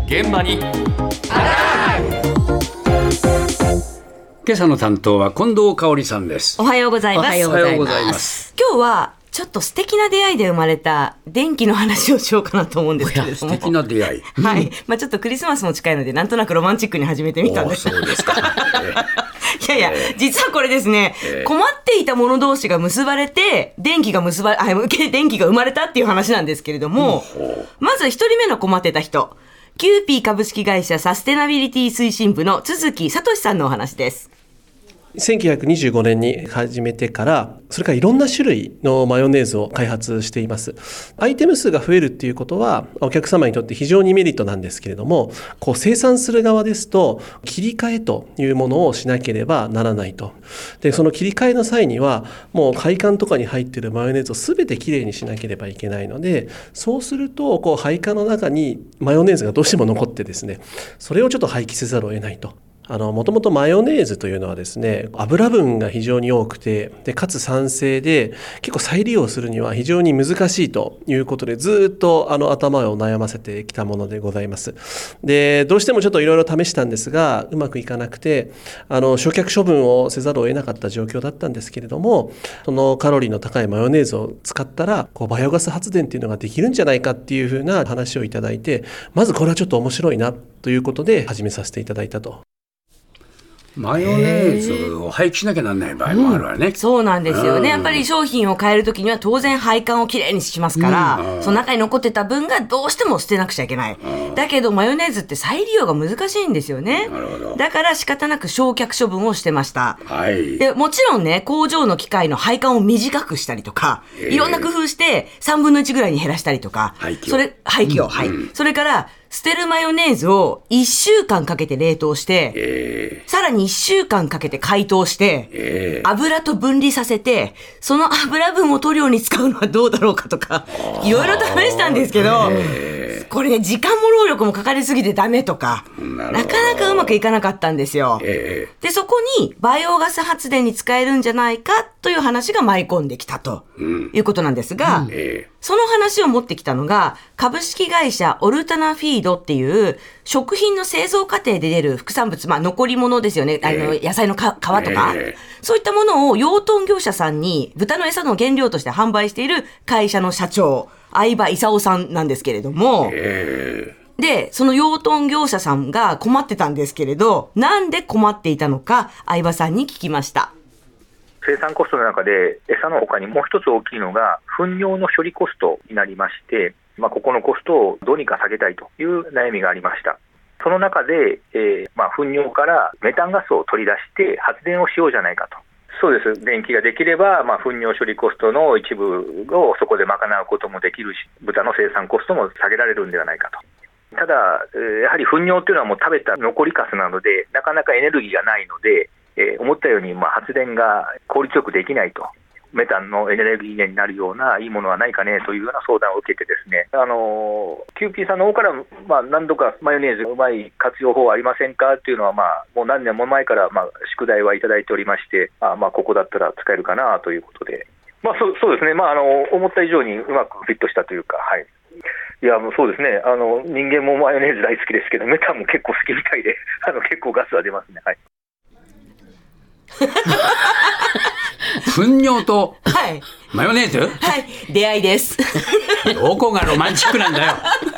現場に今朝の担当は近藤香織さんです。 おはようございます。 おはようございます。 今日はちょっと素敵な出会いで生まれた電気の話をしようかなと思うんですけれども。 素敵な出会い、 はい、ちょっとクリスマスも近いのでなんとなくロマンチックに始めてみたんです。 そうですかいや実はこれですね、困っていた者同士が結ばれて電気が生まれたっていう話なんですけれども、まず一人目の困ってた人、キューピー株式会社サステナビリティ推進部の都築聡さんのお話です。 1925年に始めてから、それからいろんな種類のマヨネーズを開発しています。アイテム数が増えるっていうことはお客様にとって非常にメリットなんですけれども、生産する側ですと切り替えというものをしなければならないと。でその切り替えの際にはもう配管とかに入っているマヨネーズを全てきれいにしなければいけないので、そうすると配管の中にマヨネーズがどうしても残ってですね、それをちょっと廃棄せざるを得ないと。もともとマヨネーズというのはですね、油分が非常に多くて、かつ酸性で結構再利用するには非常に難しいということで、ずっと頭を悩ませてきたものでございます。でどうしてもちょっといろいろ試したんですがうまくいかなくて、焼却処分をせざるを得なかった状況だったんですけれども、そのカロリーの高いマヨネーズを使ったらバイオガス発電っていうのができるんじゃないかっていうふうな話をいただいて、まずこれはちょっと面白いなということで始めさせていただいたと。 マヨネーズを廃棄しなきゃならない場合もあるわね、 そうなんですよね、やっぱり商品を変えるときには当然配管をきれいにしますから、その中に残ってた分がどうしても捨てなくちゃいけない。だけどマヨネーズって再利用が難しいんですよね。 なるほど。 だから仕方なく焼却処分をしてました、 はい、 でもちろんね、工場の機械の配管を短くしたりとか、いろんな工夫して3分の1ぐらいに減らしたりとか、廃棄を、それから捨てるマヨネーズを1週間かけて冷凍して、さらに1週間かけて解凍して、油と分離させて、その油分を塗料に使うのはどうだろうかとか、いろいろ試したんですけど、これね、時間も労力もかかりすぎてダメとか、なかなかうまくいかなかったんですよ。で、そこにバイオガス発電に使えるんじゃないかという話が舞い込んできたということなんですが、その話を持ってきたのが株式会社オルタナフィードっていう食品の製造過程で出る副産物、残り物ですよね、野菜の皮とか、そういったものを養豚業者さんに豚の餌の原料として販売している会社の社長、相葉勲さんなんですけれども、でその養豚業者さんが困ってたんですけれど、なんで困っていたのか相葉さんに聞きました。 生産コストの中で餌の他にもう一つ大きいのが糞尿の処理コストになりまして、ここのコストをどうにか下げたいという悩みがありました。その中で、糞尿からメタンガスを取り出して発電をしようじゃないかと。そうです。電気ができれば、糞尿処理コストの一部をそこで賄うこともできるし、豚の生産コストも下げられるんではないかと。ただ、やはり糞尿というのはもう食べた残りカスなので、なかなかエネルギーがないので、思ったように発電が効率よくできないと。メタンのエネルギー源になるようないいものはないかねというような相談を受けてですね、キューピーさんの方から何度かマヨネーズうまい活用法はありませんかっていうのはもう何年も前から宿題はいただいておりまして、ここだったら使えるかなということで、そうですね、思った以上にうまくフィットしたというか、はい。いや、もうそうですね、人間もマヨネーズ大好きですけど、メタンも結構好きみたいで結構ガスは出ますね。はい。 糞尿とマヨネーズ、 出会いです。 どこがロマンチックなんだよ。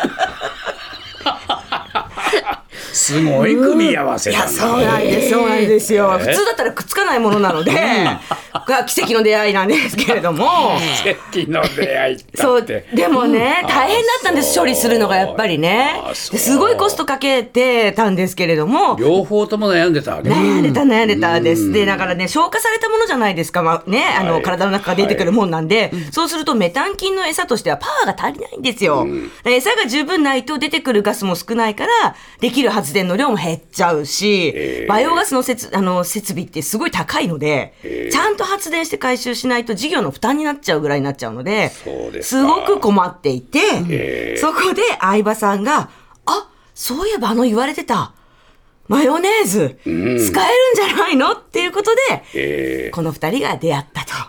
すごい組み合わせだな。 そうなんですよ。普通だったらくっつかないものなので、奇跡の出会いなんですけれども。 奇跡の出会いってそう、でもね、大変だったんです、処理するのがやっぱりね。すごいコストかけてたんですけれども、 両方とも悩んでたわけ。 悩んでたです。で、だからね、消化されたものじゃないですか、体の中から出てくるもんなんで、そうするとメタン菌の餌としてはパワーが足りないんですよ。餌が十分ないと出てくるガスも少ないから、できる発電の量も減っちゃうし、バイオガスの設備ってすごい高いので、ちゃんと発電して回収しないと事業の負担になっちゃうぐらいになっちゃうので、すごく困っていて、そこで相葉さんが、そういえば言われてたマヨネーズ、使えるんじゃないのっていうことで、この2人が出会ったと。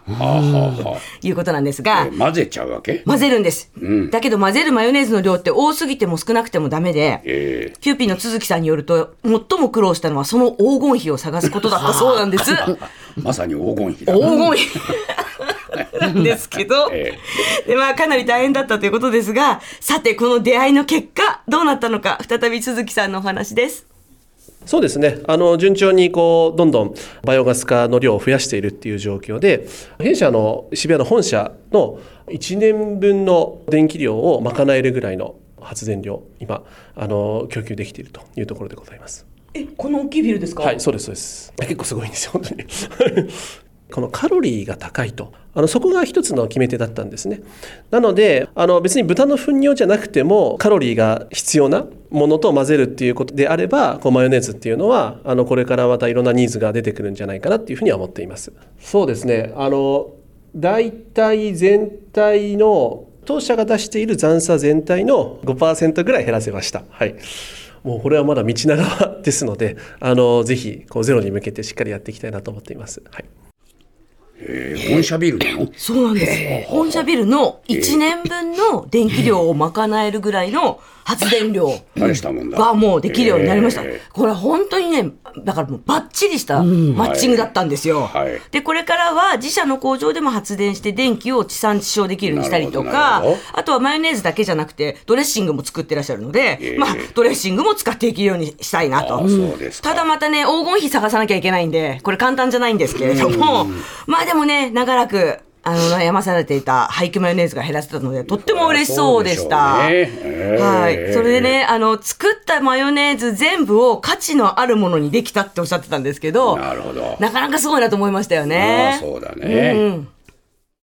はあはいうことなんですあが、 混ぜちゃうわけ？ 混ぜるんです、だけど混ぜるマヨネーズの量って多すぎても少なくてもダメで、キューピーの都築さんによると最も苦労したのはその黄金比を探すことだったそうなんですまさに黄金比だ。 黄金比なんですけど、でかなり大変だったということですが、さてこの出会いの結果どうなったのか、再び都築さんのお話です。 そうですね、順調にどんどんバイオガス化の量を増やしているっていう状況で、弊社の渋谷の本社の1年分の電気量を賄えるぐらいの発電量、今供給できているというところでございます。 この大きいビルですか？ はい、そうですそうです。結構すごいんですよ、本当にこのカロリーが高いと、そこが一つの決め手だったんですね。なので別に豚の糞尿じゃなくてもカロリーが必要なものと混ぜるっていうことであれば、マヨネーズっていうのはこれからまたいろんなニーズが出てくるんじゃないかなっていうふうには思っています。そうですね、大体全体の当社が出している残差全体の 5% ぐらい減らせました。はい、もうこれはまだ道長ですので、ぜひゼロに向けてしっかりやっていきたいなと思っています。はい、 本社ビルなの？ そうなんです。本社ビルの1年分の電気量を賄えるぐらいの発電量がもうできるようになりました。これ本当にね、だからもうバッチリしたマッチングだったんですよ。で、これからは自社の工場でも発電して電気を地産地消できるようにしたりとか、あとはマヨネーズだけじゃなくてドレッシングも作ってらっしゃるので、ドレッシングも使っていけるようにしたいなと。ただまたね、黄金比探さなきゃいけないんで、これ簡単じゃないんですけれども、でもね、長らく悩まされていた廃棄マヨネーズが減らせたので、とっても嬉しそうでした。はい。それでね、作ったマヨネーズ全部を価値のあるものにできたっておっしゃってたんですけど、 なるほど。 なかなかすごいなと思いましたよね。 そうだね。